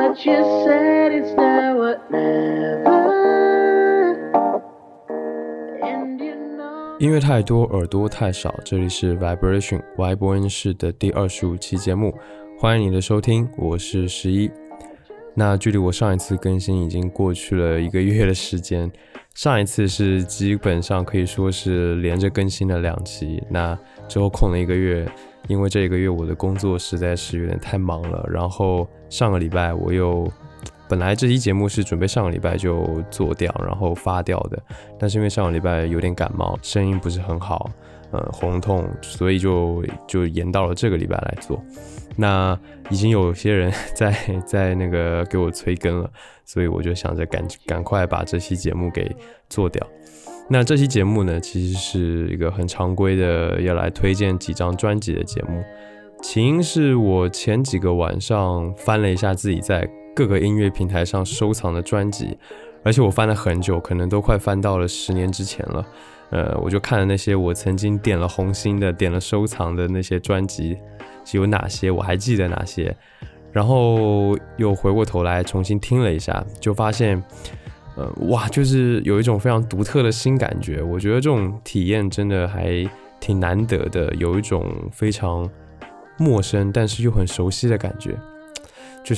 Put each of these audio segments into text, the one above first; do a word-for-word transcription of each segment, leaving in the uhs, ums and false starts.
What you said is now or never. 音乐太多，耳朵太少。这里是 Vibration Y 播音室的第二十五期节目，欢迎你的收听，我是十一。那距离我上一次更新已经过去了一个月的时间，上一次是基本上可以说是连着更新了两期，那之后空了一个月，因为这一个月我的工作实在是有点太忙了，然后上个礼拜我又本来这期节目是准备上个礼拜就做掉然后发掉的，但是因为上个礼拜有点感冒，声音不是很好，呃，喉咙痛，所以就就延到了这个礼拜来做。那已经有些人在在那个给我催更了，所以我就想着赶赶快把这期节目给做掉。那这期节目呢，其实是一个很常规的要来推荐几张专辑的节目。起因是我前几个晚上翻了一下自己在各个音乐平台上收藏的专辑，而且我翻了很久，可能都快翻到了十年之前了。呃，我就看了那些我曾经点了红心的、点了收藏的那些专辑有哪些，我还记得哪些，然后又回过头来重新听了一下，就发现，呃，哇，就是有一种非常独特的新感觉。我觉得这种体验真的还挺难得的，有一种非常陌生但是又很熟悉的感觉。就是、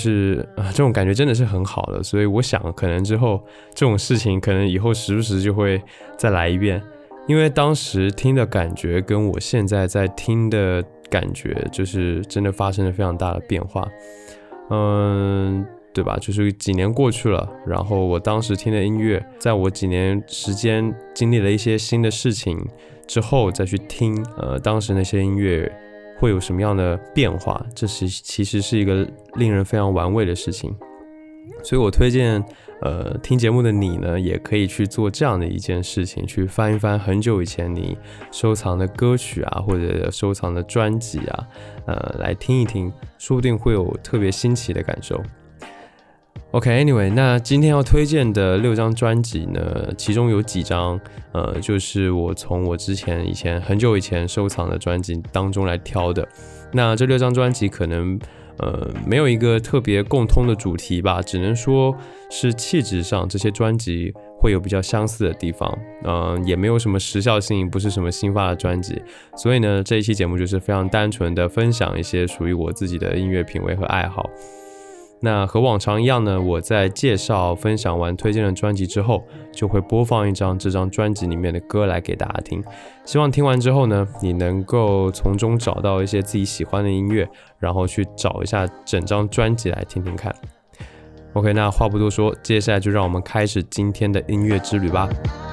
呃、这种感觉真的是很好的，所以我想可能之后这种事情可能以后时不时就会再来一遍，因为当时听的感觉跟我现在在听的感觉就是真的发生了非常大的变化，嗯，对吧？就是几年过去了，然后我当时听的音乐，在我几年时间经历了一些新的事情之后再去听，呃，当时那些音乐会有什么样的变化，这是其实是一个令人非常玩味的事情。所以我推荐呃，听节目的你呢，也可以去做这样的一件事情，去翻一翻很久以前你收藏的歌曲啊，或者收藏的专辑啊，呃，来听一听，说不定会有特别新奇的感受。OK，Anyway，、okay, 那今天要推荐的六张专辑呢，其中有几张，呃，就是我从我之前以前很久以前收藏的专辑当中来挑的。那这六张专辑可能呃没有一个特别共通的主题吧，只能说是气质上这些专辑会有比较相似的地方，嗯、呃，也没有什么时效性，不是什么新发的专辑，所以呢，这一期节目就是非常单纯的分享一些属于我自己的音乐品味和爱好。那和往常一样呢，我在介绍分享完推荐的专辑之后，就会播放一张这张专辑里面的歌来给大家听。希望听完之后呢，你能够从中找到一些自己喜欢的音乐，然后去找一下整张专辑来听听看。OK， 那话不多说，接下来就让我们开始今天的音乐之旅吧。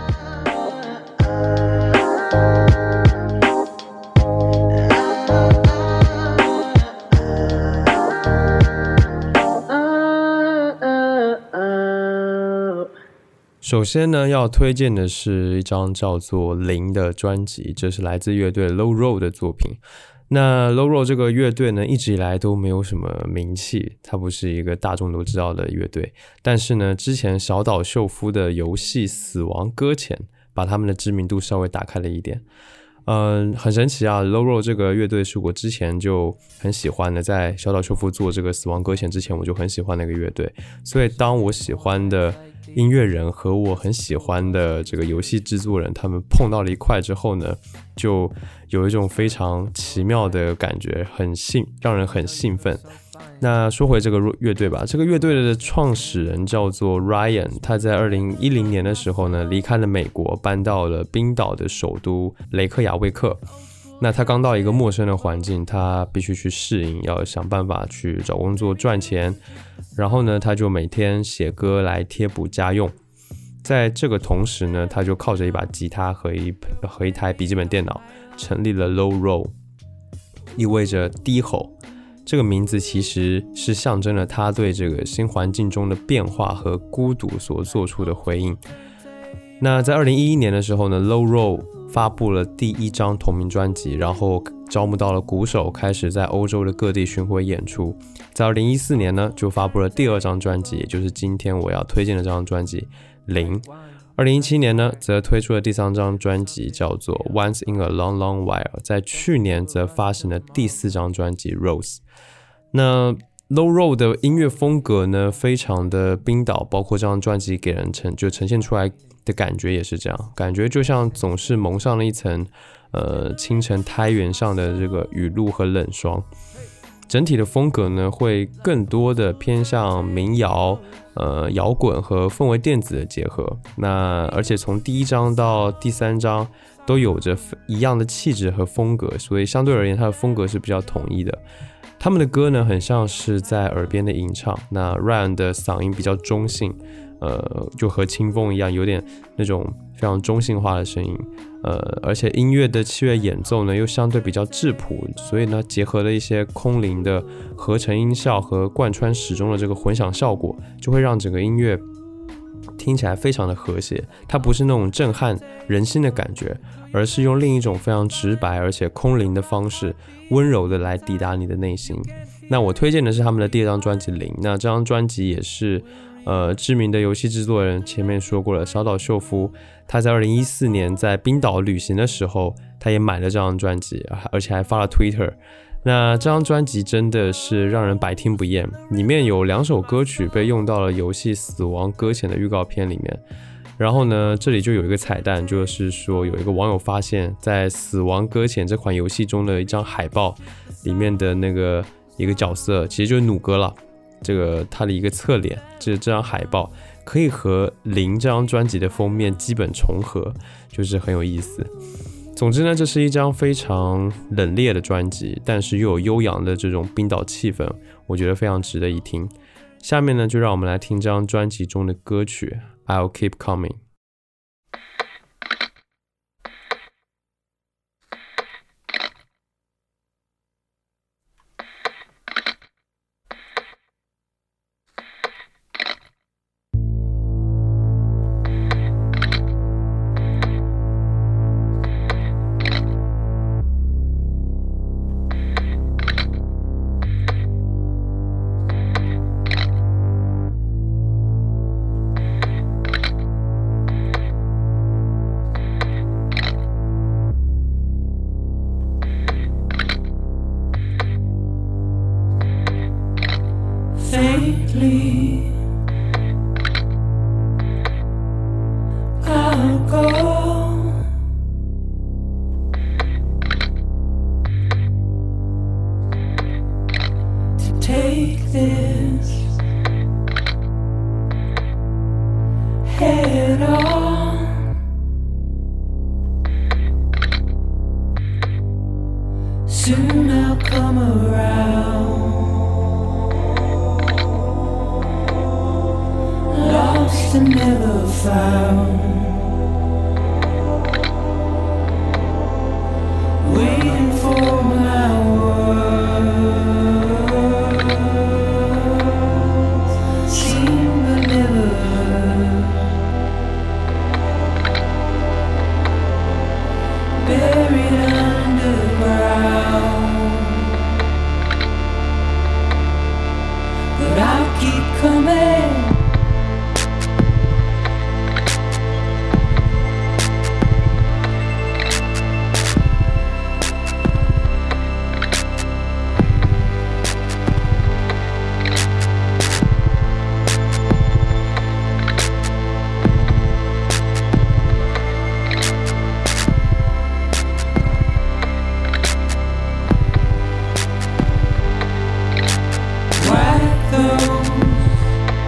首先呢，要推荐的是一张叫做零的专辑，这是来自乐队 Low Road 的作品。那 Low Road 这个乐队呢，一直以来都没有什么名气，它不是一个大众都知道的乐队。但是呢，之前小岛秀夫的游戏《死亡搁浅》把他们的知名度稍微打开了一点。嗯，很神奇啊 Low Road 这个乐队是我之前就很喜欢的，在小岛秀夫做这个《死亡搁浅》之前，我就很喜欢那个乐队。所以当我喜欢的音乐人和我很喜欢的这个游戏制作人他们碰到了一块之后呢，就有一种非常奇妙的感觉，很兴让人很兴奋。那说回这个乐队吧，这个乐队的创始人叫做 Ryan， 他在二零一零年的时候呢，离开了美国，搬到了冰岛的首都雷克雅未克。那他刚到一个陌生的环境，他必须去适应，要想办法去找工作赚钱，然后呢，他就每天写歌来贴补家用。在这个同时呢，他就靠着一把吉他和一和一台笔记本电脑，成立了 Low Roll， 意味着低吼。这个名字其实是象征了他对这个新环境中的变化和孤独所做出的回应。那在二零一一年的时候呢 Low Roll 发布了第一张同名专辑，然后招募到了鼓手，开始在欧洲的各地巡回演出。在二零一四年呢，就发布了第二张专辑，也就是今天我要推荐的这张专辑零。二零一七年呢，则推出了第三张专辑，叫做 Once in a Long Long While。在去年则发行了第四张专辑 Rose。那 Low Road 的音乐风格呢，非常的冰岛，包括这张专辑给人呈就呈现出来的感觉也是这样，感觉就像总是蒙上了一层呃清晨胎原上的这个雨露和冷霜。整体的风格呢，会更多的偏向民谣、呃摇滚和氛围电子的结合。那而且从第一章到第三章都有着一样的气质和风格，所以相对而言，它的风格是比较统一的。他们的歌呢，很像是在耳边的吟唱。那 Ryan 的嗓音比较中性，呃，就和清风一样，有点那种非常中性化的声音。呃，而且音乐的器乐演奏呢，又相对比较质朴，所以呢，结合了一些空灵的合成音效和贯穿始终的这个混响效果，就会让整个音乐听起来非常的和谐。它不是那种震撼人心的感觉，而是用另一种非常直白而且空灵的方式，温柔的来抵达你的内心。那我推荐的是他们的第二张专辑《零》，那这张专辑也是呃知名的游戏制作人前面说过了，小岛秀夫，他在二零一四年在冰岛旅行的时候，他也买了这张专辑，而且还发了 Twitter。那这张专辑真的是让人百听不厌，里面有两首歌曲被用到了游戏《死亡搁浅》的预告片里面。然后呢，这里就有一个彩蛋，就是说有一个网友发现，在《死亡搁浅》这款游戏中的一张海报里面的那个一个角色，其实就是弩哥了。这个他的一个侧脸，这这张海报可以和《零》这张专辑的封面基本重合，就是很有意思。总之呢，这是一张非常冷冽的专辑，但是又有悠扬的这种冰岛气氛，我觉得非常值得一听。下面呢，就让我们来听这张专辑中的歌曲 I'll Keep Coming.Faintly, I'll go to take this head on. Soon I'll come around.Lost and never found, waiting for my words, seen but never heard, buried underground, but I'll keep coming.Write those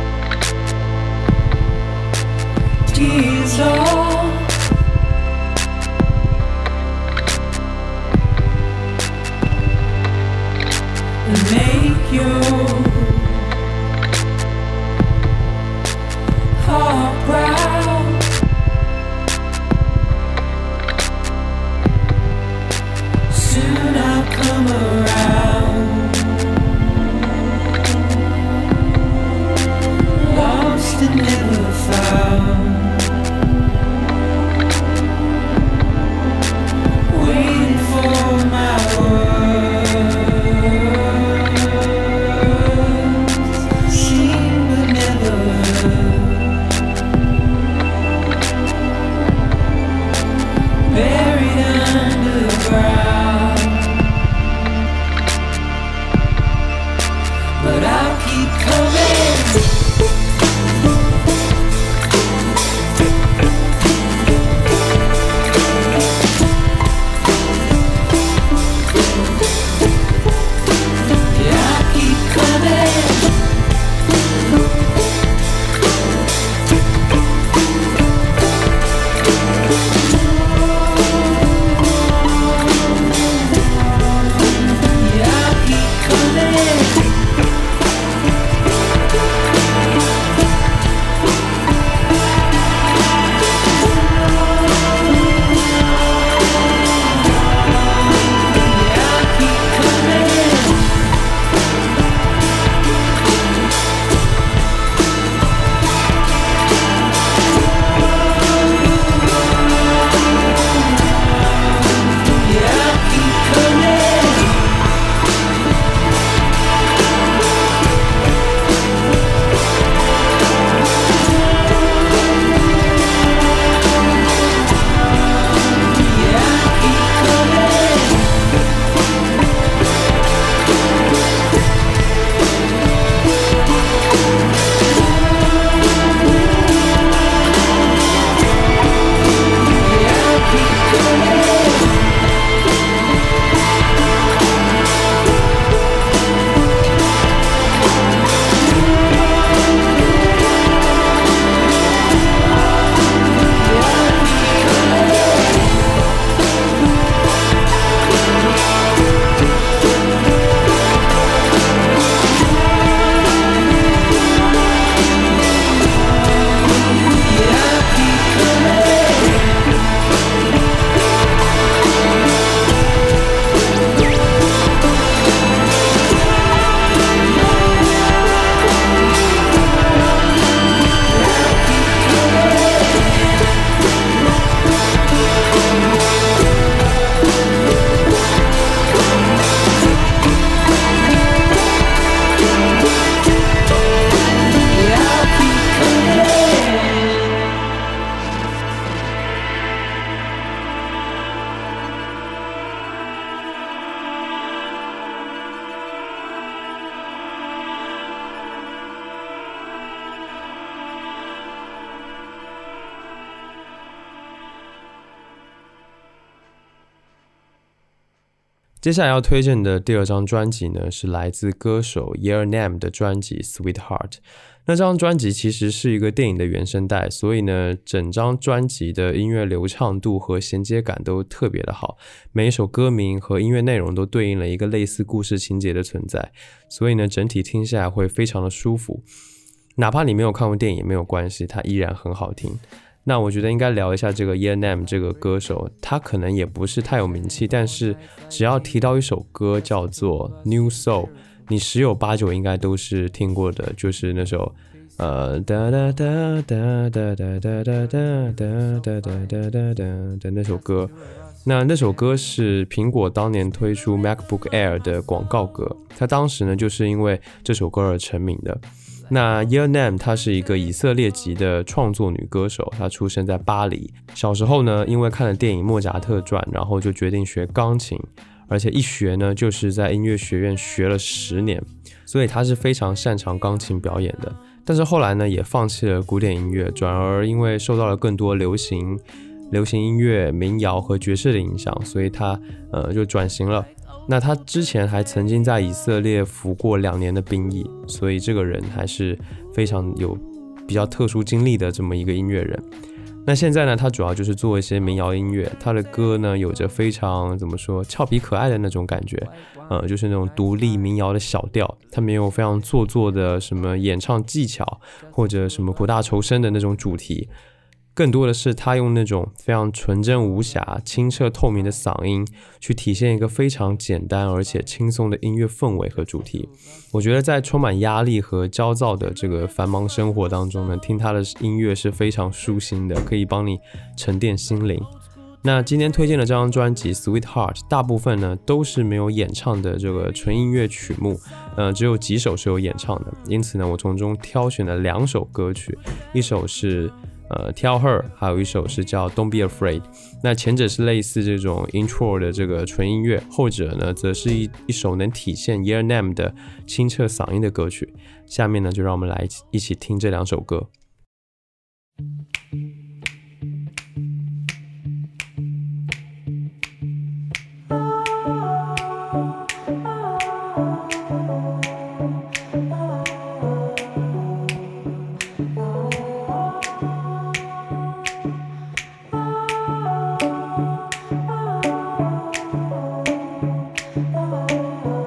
接下来要推荐的第二张专辑呢，是来自歌手 Yearnam 的专辑 Sweetheart。 那张专辑其实是一个电影的原声带，所以呢整张专辑的音乐流畅度和衔接感都特别的好，每一首歌名和音乐内容都对应了一个类似故事情节的存在，所以呢整体听下来会非常的舒服，哪怕你没有看过电影也没有关系，它依然很好听。那我觉得应该聊一下这个 Yearnam 这个歌手，他可能也不是太有名气，但是只要提到一首歌叫做 New Soul， 你十有八九应该都是听过的，就是那首呃哒哒哒哒哒哒哒哒哒哒哒哒哒的那首歌。那那首歌是苹果当年推出 MacBook Air 的广告歌，他当时呢就是因为这首歌而成名的。那 Yearnam 她是一个以色列籍的创作女歌手，她出生在巴黎。小时候呢，因为看了电影《莫扎特传》，然后就决定学钢琴，而且一学呢，就是在音乐学院学了十年，所以她是非常擅长钢琴表演的。但是后来呢，也放弃了古典音乐，转而因为受到了更多流行、流行音乐、民谣和爵士的影响，所以她呃就转型了。那他之前还曾经在以色列服过两年的兵役，所以这个人还是非常有比较特殊经历的这么一个音乐人。那现在呢，他主要就是做一些民谣音乐，他的歌呢有着非常怎么说俏皮可爱的那种感觉，呃，就是那种独立民谣的小调，他没有非常做作的什么演唱技巧或者什么苦大仇深的那种主题。更多的是他用那种非常纯真无瑕、清澈透明的嗓音去体现一个非常简单而且轻松的音乐氛围和主题。我觉得在充满压力和焦躁的这个繁忙生活当中呢，听他的音乐是非常舒心的，可以帮你沉淀心灵。那今天推荐的这张专辑 Sweetheart 大部分呢都是没有演唱的这个纯音乐曲目，呃，只有几首是有演唱的，因此呢我从中挑选了两首歌曲，一首是呃 Tell Her， 还有一首是叫 Don't Be Afraid。 那前者是类似这种 intro 的这个纯音乐，后者呢则是 一, 一首能体现 Yearnam 的清澈嗓音的歌曲。下面呢就让我们来一起听这两首歌。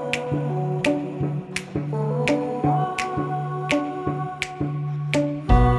Oh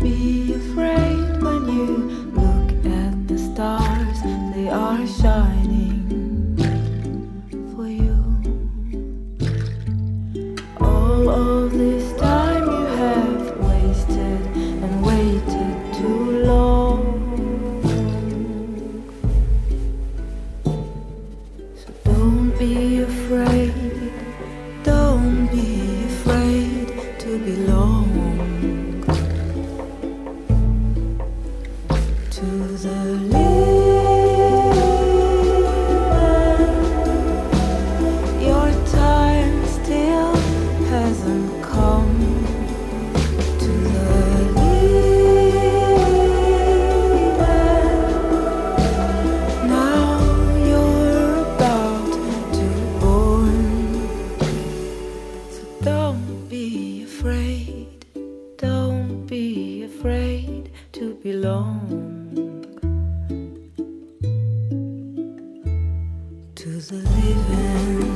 be afraid when you look at the stars, they are shining for you. All of this time you have wasted and waited too long. So don't be afraid, don't be afraid to belong to the living. Your time still hasn't come. To the living, now you're about to born. So don't be afraid, don't be afraid to belong to the living.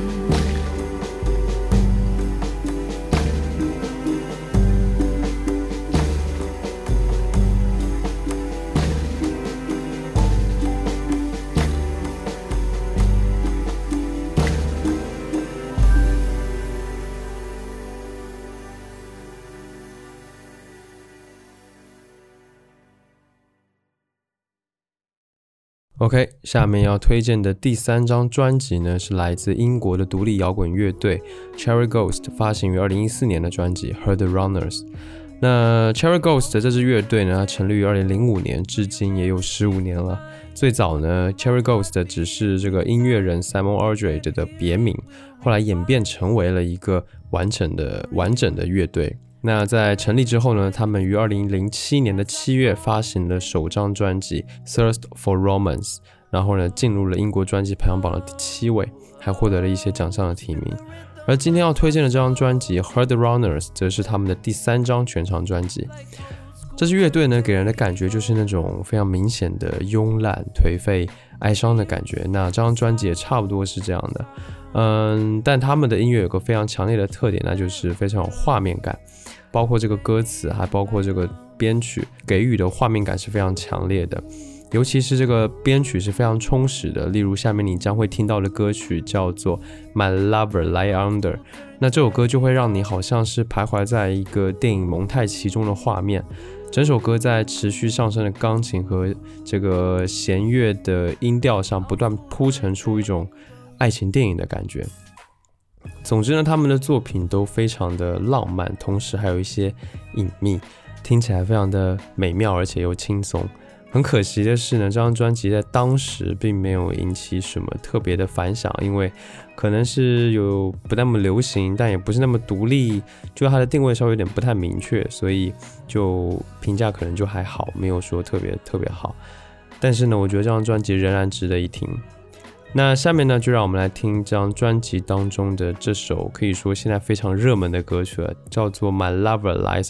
OK， 下面要推荐的第三张专辑呢，是来自英国的独立摇滚乐队 Cherry Ghost 发行于二零一四年的专辑 Her the Runners。那 Cherry Ghost 这支乐队呢，它成立于二零零五年，至今也有十五年了。最早呢 Cherry Ghost 只是这个音乐人 Simon Aldred 的别名，后来演变成为了一个完整的完整的乐队。那在成立之后呢，他们于二零零七年的七月发行了首张专辑 Thirst for Romance， 然后呢进入了英国专辑排行榜的第七位，还获得了一些奖项的提名。而今天要推荐的这张专辑 Her the Runners 则是他们的第三张全长专辑。这支乐队呢，给人的感觉就是那种非常明显的慵懒、颓废、哀伤的感觉。那这张专辑也差不多是这样的。嗯，但他们的音乐有个非常强烈的特点，那就是非常有画面感，包括这个歌词，还包括这个编曲，给予的画面感是非常强烈的。尤其是这个编曲是非常充实的，例如下面你将会听到的歌曲叫做 My Lover Lie Under， 那这首歌就会让你好像是徘徊在一个电影蒙太奇中的画面。整首歌在持续上升的钢琴和这个弦乐的音调上不断铺陈出一种爱情电影的感觉。总之呢，他们的作品都非常的浪漫，同时还有一些隐秘，听起来非常的美妙，而且又轻松。很可惜的是呢，这张专辑在当时并没有引起什么特别的反响，因为可能是有不那么流行，但也不是那么独立，就它的定位稍微有点不太明确，所以就评价可能就还好，没有说特别特别好。但是呢，我觉得这张专辑仍然值得一听。那下面呢，就让我们来听这张专辑当中的这首可以说现在非常热门的歌曲了，叫做 My Lover Lies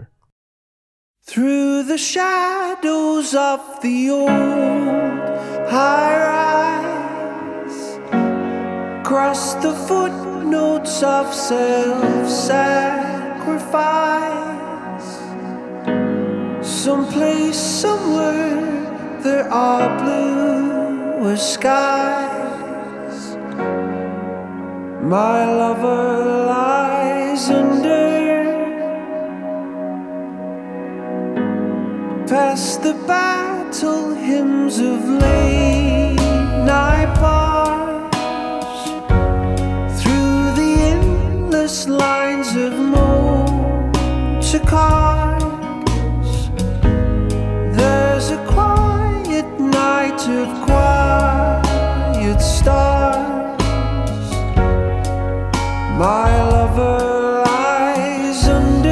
Under。Through the shadows of the old high-rise, across the footnotes of self-sacrifice, someplace, somewhere, there are bluer skies. My lover lies under.Past the battle hymns of late night bars, through the endless lines of motor cars, there's a quiet night of quiet stars. My lover lies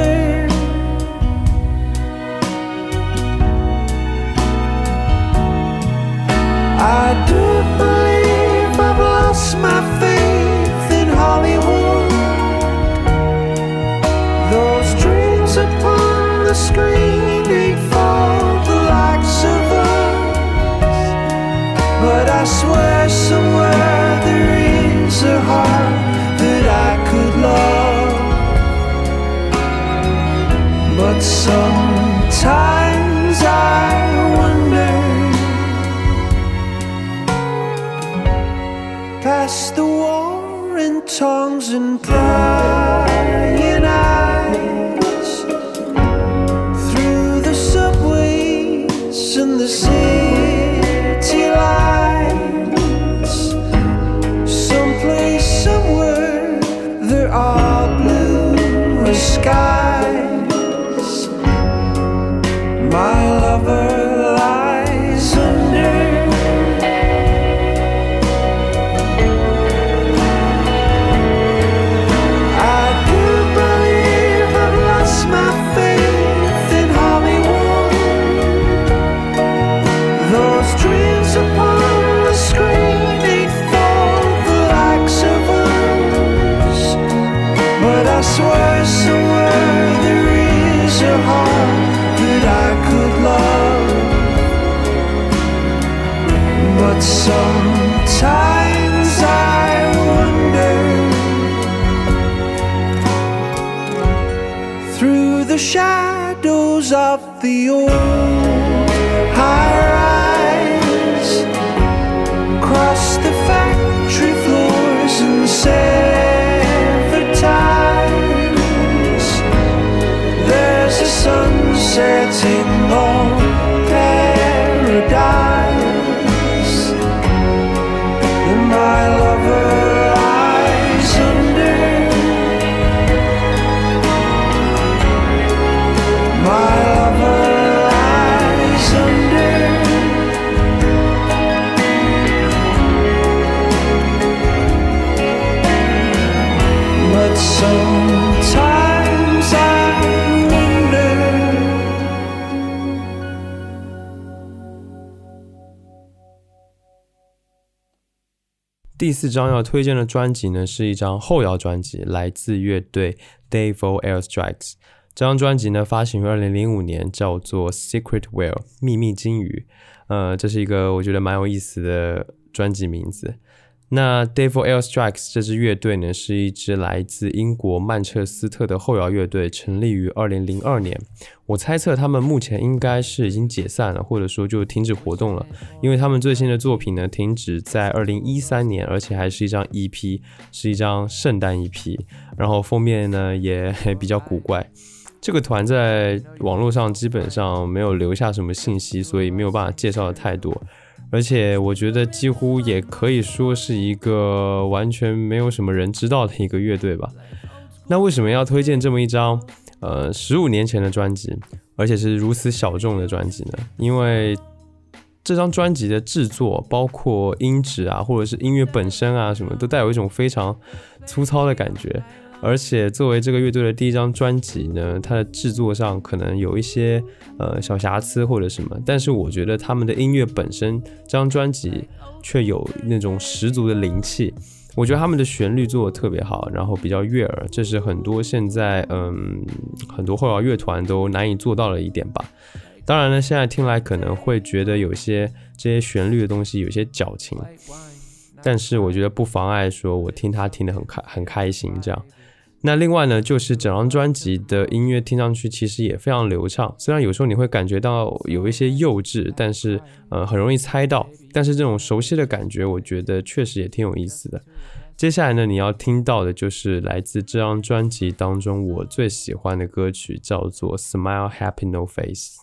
under.I do believe I've lost my faith in Hollywood. Those dreams upon the screen ain't for the likes of us. But I swear somewhere there is a heart that I could love. But some Sometimes I wonder, past the warring tongues and prying eyes, through the subways and the city lights, someplace, somewhere, there are blue skies. My lover lies under. I do believe I've lost my faith in Hollywood. Those dreams upon the screen ain't for the likes of us. But I swear somewhere there is a heart that I could love. But sometimes I wonder, through the shadows of the old high-rise, across the factory floors and severed times, there's a sun setting on paradise, and my lover lies under. My lover lies under. But sometimes I wonder. 第四张要推荐的专辑呢，是一张后摇专辑，来自乐队 Devil Airstrikes。这张专辑呢，发行于二零零五年，叫做 Secret Whale 秘密鲸鱼。呃，这是一个我觉得蛮有意思的专辑名字。那 Devil Airstrikes 这支乐队呢，是一支来自英国曼彻斯特的后摇乐队，成立于二零零二年。我猜测他们目前应该是已经解散了，或者说就停止活动了，因为他们最新的作品呢，停止在二零一三年，而且还是一张 E P， 是一张圣诞 E P， 然后封面呢也比较古怪。这个团在网络上基本上没有留下什么信息，所以没有办法介绍的太多。而且我觉得几乎也可以说是一个完全没有什么人知道的一个乐队吧。那为什么要推荐这么一张呃十五年前的专辑，而且是如此小众的专辑呢？因为这张专辑的制作，包括音质啊，或者是音乐本身啊，什么都带有一种非常粗糙的感觉。而且作为这个乐队的第一张专辑呢，它的制作上可能有一些呃小瑕疵或者什么，但是我觉得他们的音乐本身，这张专辑却有那种十足的灵气。我觉得他们的旋律做得特别好，然后比较悦耳，这是很多现在嗯很多后摇乐团都难以做到的一点吧。当然呢，现在听来可能会觉得有些这些旋律的东西有些矫情，但是我觉得不妨碍说我听它听得很开很开心这样。那另外呢，就是整张专辑的音乐听上去其实也非常流畅，虽然有时候你会感觉到有一些幼稚，但是呃很容易猜到，但是这种熟悉的感觉我觉得确实也挺有意思的。接下来呢，你要听到的就是来自这张专辑当中我最喜欢的歌曲，叫做 Smile Happy No Face。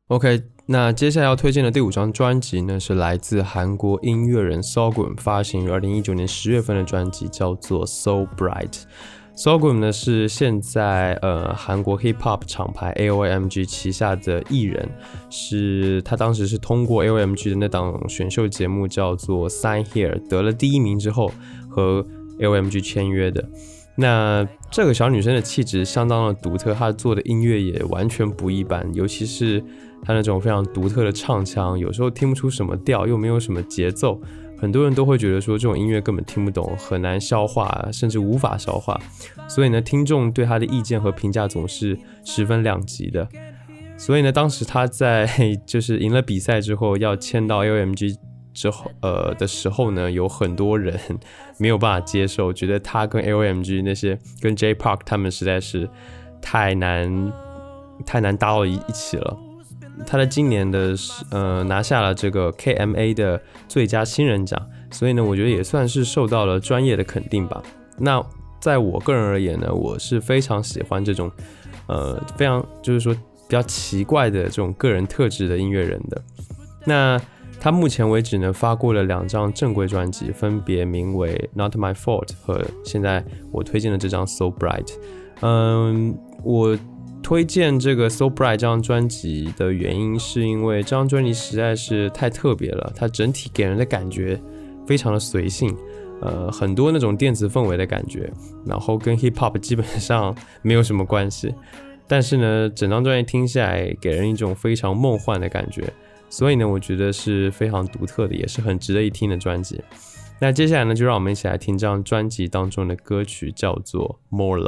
OK， 那接下来要推荐的第五张专辑呢，是来自韩国音乐人 Sogum 发行于二零一九年十月份的专辑，叫做 So Bright。Sogum 呢是现在呃韩国 Hip Hop 厂牌 A O M G 旗下的艺人，是他当时是通过 A O M G 的那档选秀节目叫做 Sign Here 得了第一名之后和 A O M G 签约的。那这个小女生的气质相当的独特，她做的音乐也完全不一般，尤其是她那种非常独特的唱腔，有时候听不出什么调，又没有什么节奏，很多人都会觉得说这种音乐根本听不懂，很难消化，甚至无法消化。所以呢，听众对她的意见和评价总是十分两极的。所以呢，当时她在就是赢了比赛之后要签到 A O M G 之后呃的时候呢，有很多人没有办法接受，觉得他跟 A O M G 那些跟 J-Park 他们实在是太难太难搭到一起了。他在今年的呃拿下了这个 K M A 的最佳新人奖，所以呢，我觉得也算是受到了专业的肯定吧。那在我个人而言呢，我是非常喜欢这种呃非常就是说比较奇怪的这种个人特质的音乐人的。那他目前为止呢，发过了两张正规专辑，分别名为 Not My Fault 和现在我推荐的这张 So Bright。嗯，我推荐这个 So Bright 这张专辑的原因是因为这张专辑实在是太特别了，它整体给人的感觉非常的随性，呃，很多那种电子氛围的感觉，然后跟 Hip Hop 基本上没有什么关系，但是呢，整张专辑听下来给人一种非常梦幻的感觉。所以呢，我觉得是非常独特的，也是很值得一听的专辑。那接下来呢，就让我们一起来听这张专辑当中的歌曲，叫做 More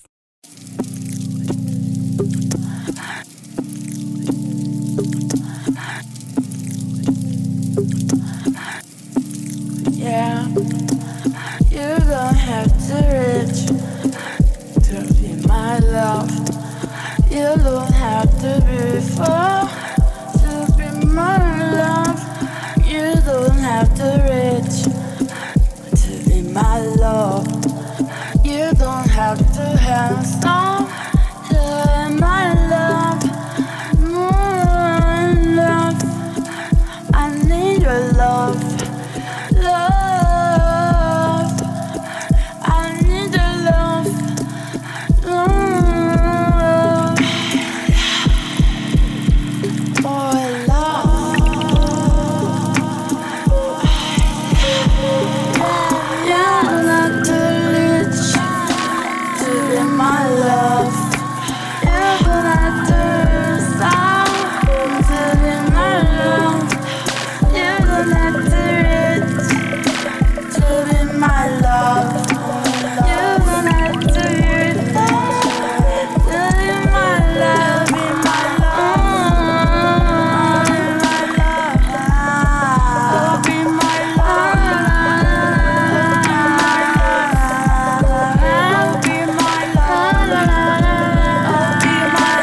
Yeah, you don't have to reach to be my love. You don't have to be far to be my love. You don't have to reach to be my love. You don't have to have some to be my love. My love, I need your love. Love, I need your love. Love, more love. You're not too rich to be my love. You're gonna do something to be my love. You're gonna do my love, you're gonna do your thing, do my love, be my love, be my love, be my love, be my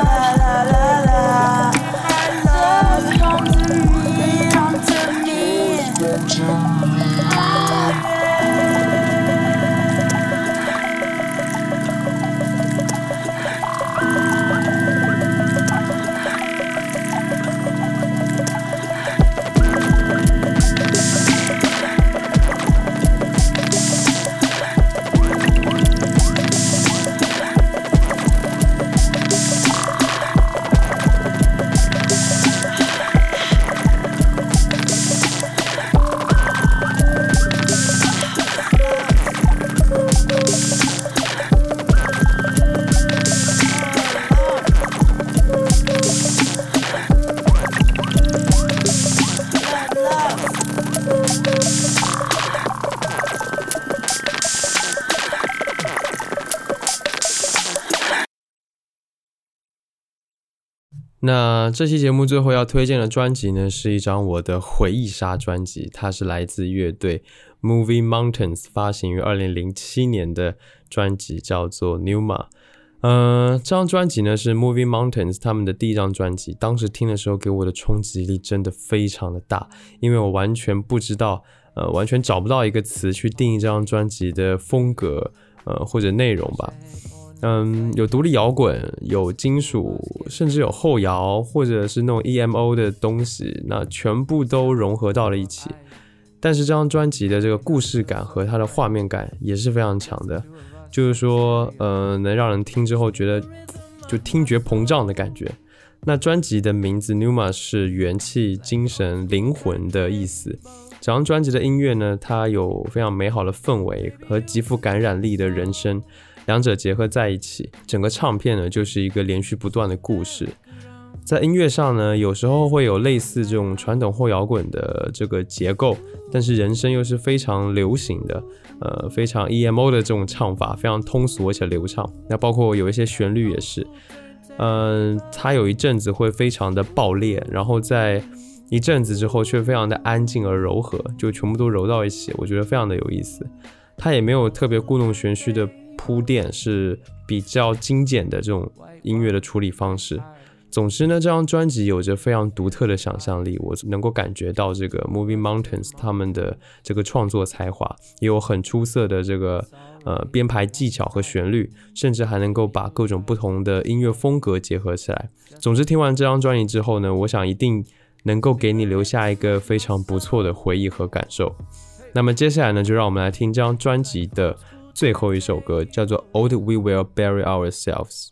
love, love, come to me, come to me, come to me. 那这期节目最后要推荐的专辑呢，是一张我的回忆杀专辑，它是来自乐队 Moving Mountains 发行于二零零七年的专辑，叫做 Numa。呃，这张专辑呢是 Moving Mountains 他们的第一张专辑，当时听的时候给我的冲击力真的非常的大，因为我完全不知道，呃，完全找不到一个词去定义这张专辑的风格，呃，或者内容吧。 嗯，有独立摇滚，有金属，甚至有后摇，或者是那种 E M O 的东西，那全部都融合到了一起。但是这张专辑的这个故事感和它的画面感也是非常强的，就是说，呃，能让人听之后觉得就听觉膨胀的感觉。那专辑的名字 Pneuma 是元气、精神、灵魂的意思。整张专辑的音乐呢，它有非常美好的氛围和极富感染力的人声，两者结合在一起，整个唱片呢就是一个连续不断的故事。在音乐上呢，有时候会有类似这种传统后摇滚的这个结构，但是人声又是非常流行的，呃，非常 E M O 的这种唱法，非常通俗而且流畅。那包括有一些旋律也是，嗯、呃，它有一阵子会非常的爆裂，然后在一阵子之后却非常的安静而柔和，就全部都揉到一起，我觉得非常的有意思。它也没有特别故弄玄虚的铺垫，是比较精简的这种音乐的处理方式。总之呢，这张专辑有着非常独特的想象力，我能够感觉到这个 Moving Mountains 他们的这个创作才华，也有很出色的这个呃编排技巧和旋律，甚至还能够把各种不同的音乐风格结合起来。总之听完这张专辑之后呢，我想一定能够给你留下一个非常不错的回忆和感受。那么接下来呢，就让我们来听这张专辑的最后一首歌，叫做 Old We Will Bury Ourselves。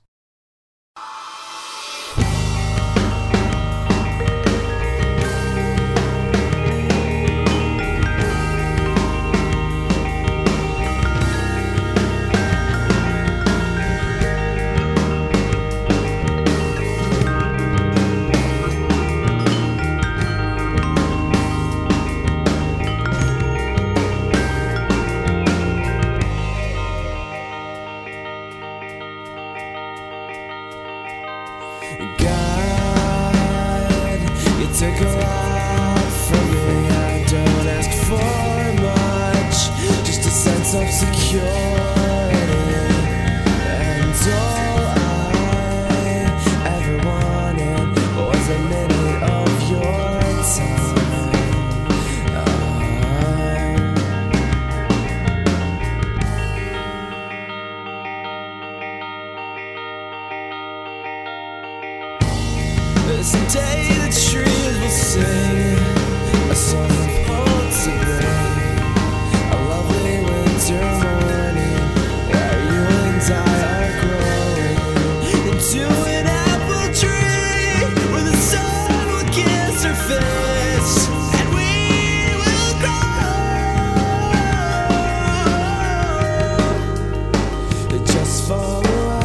Someday the trees will sing a song of hope to bring a lovely winter morning where you and I are growing into an apple tree where the sun will kiss our face and we will grow. Just fall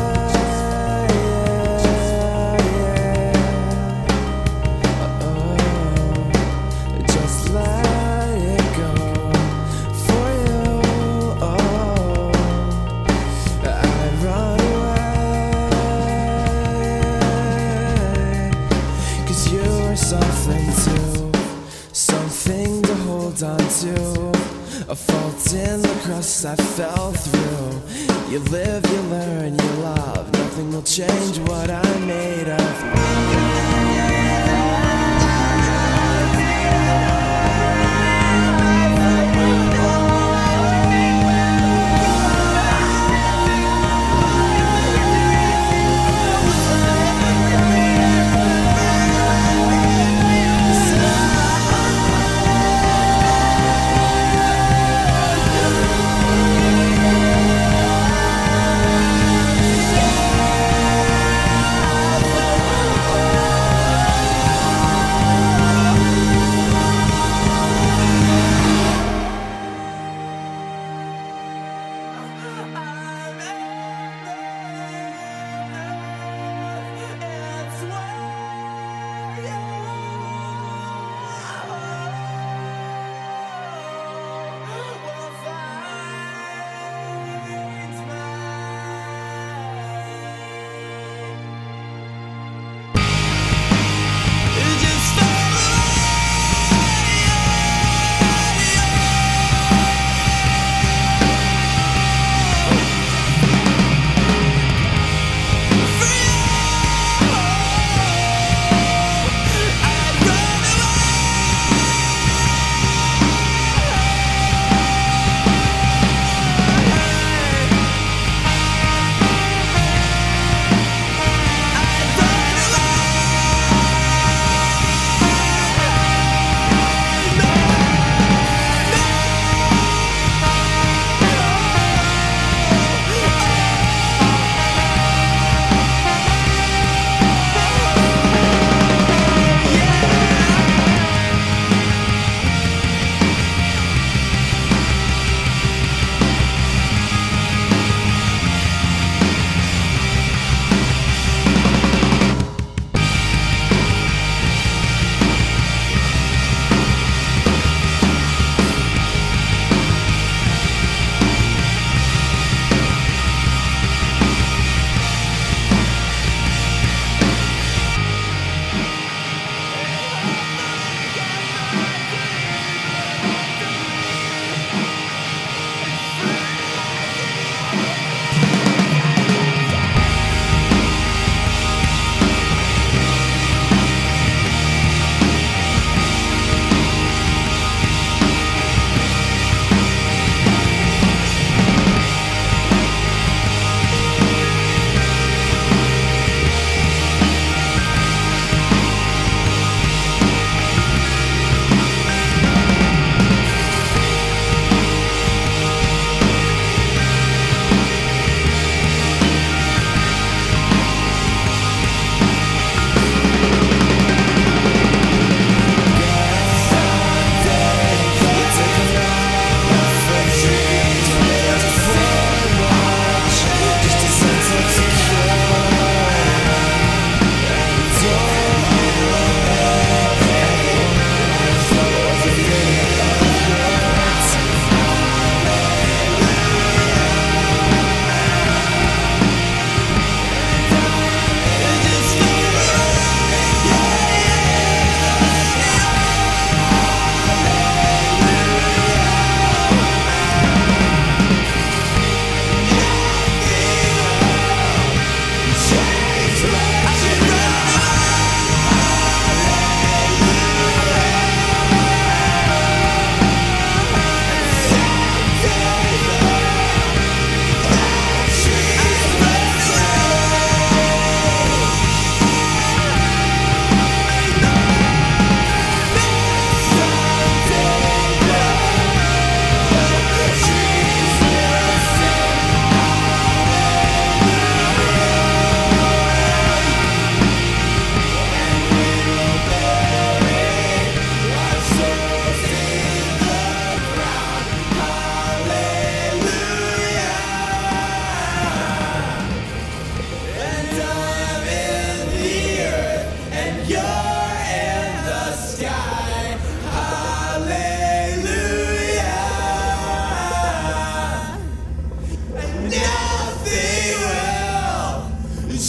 a fault in the crust I fell through. You live, you learn, you love. Nothing will change what I'm made of.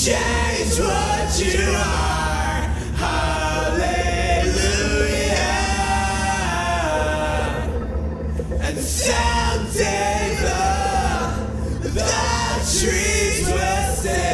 change what you are. Hallelujah. And someday the, the trees will say.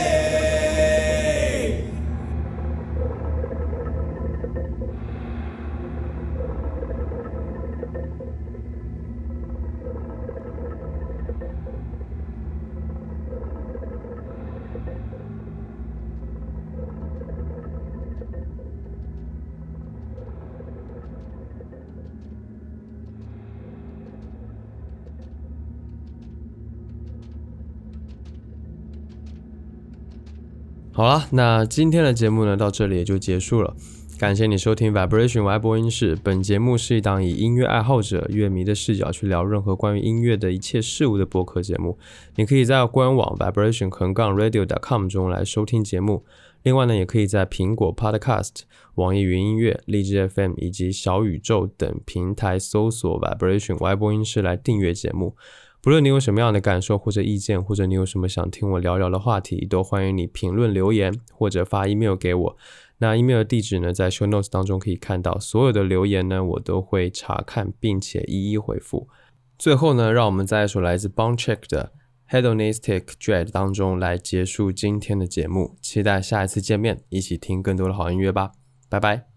好啦，那今天的节目呢到这里也就结束了。感谢你收听 Vibration 歪播音室。本节目是一档以音乐爱好者、乐迷的视角去聊任何关于音乐的一切事物的播客节目。你可以在官网 vibration 横杠 radio 点 com 中来收听节目。另外呢，也可以在苹果 Podcast、网易云音乐、荔枝 F M 以及小宇宙等平台搜索 Vibration 歪播音室来订阅节目。不论你有什么样的感受或者意见，或者你有什么想听我聊聊的话题，都欢迎你评论留言或者发 email 给我。那 email 的地址呢，在 show notes 当中可以看到。所有的留言呢，我都会查看并且一一回复。最后呢，让我们在一首来自 Bonecheck 的 Hedonistic Dread 当中来结束今天的节目。期待下一次见面，一起听更多的好音乐吧。拜拜。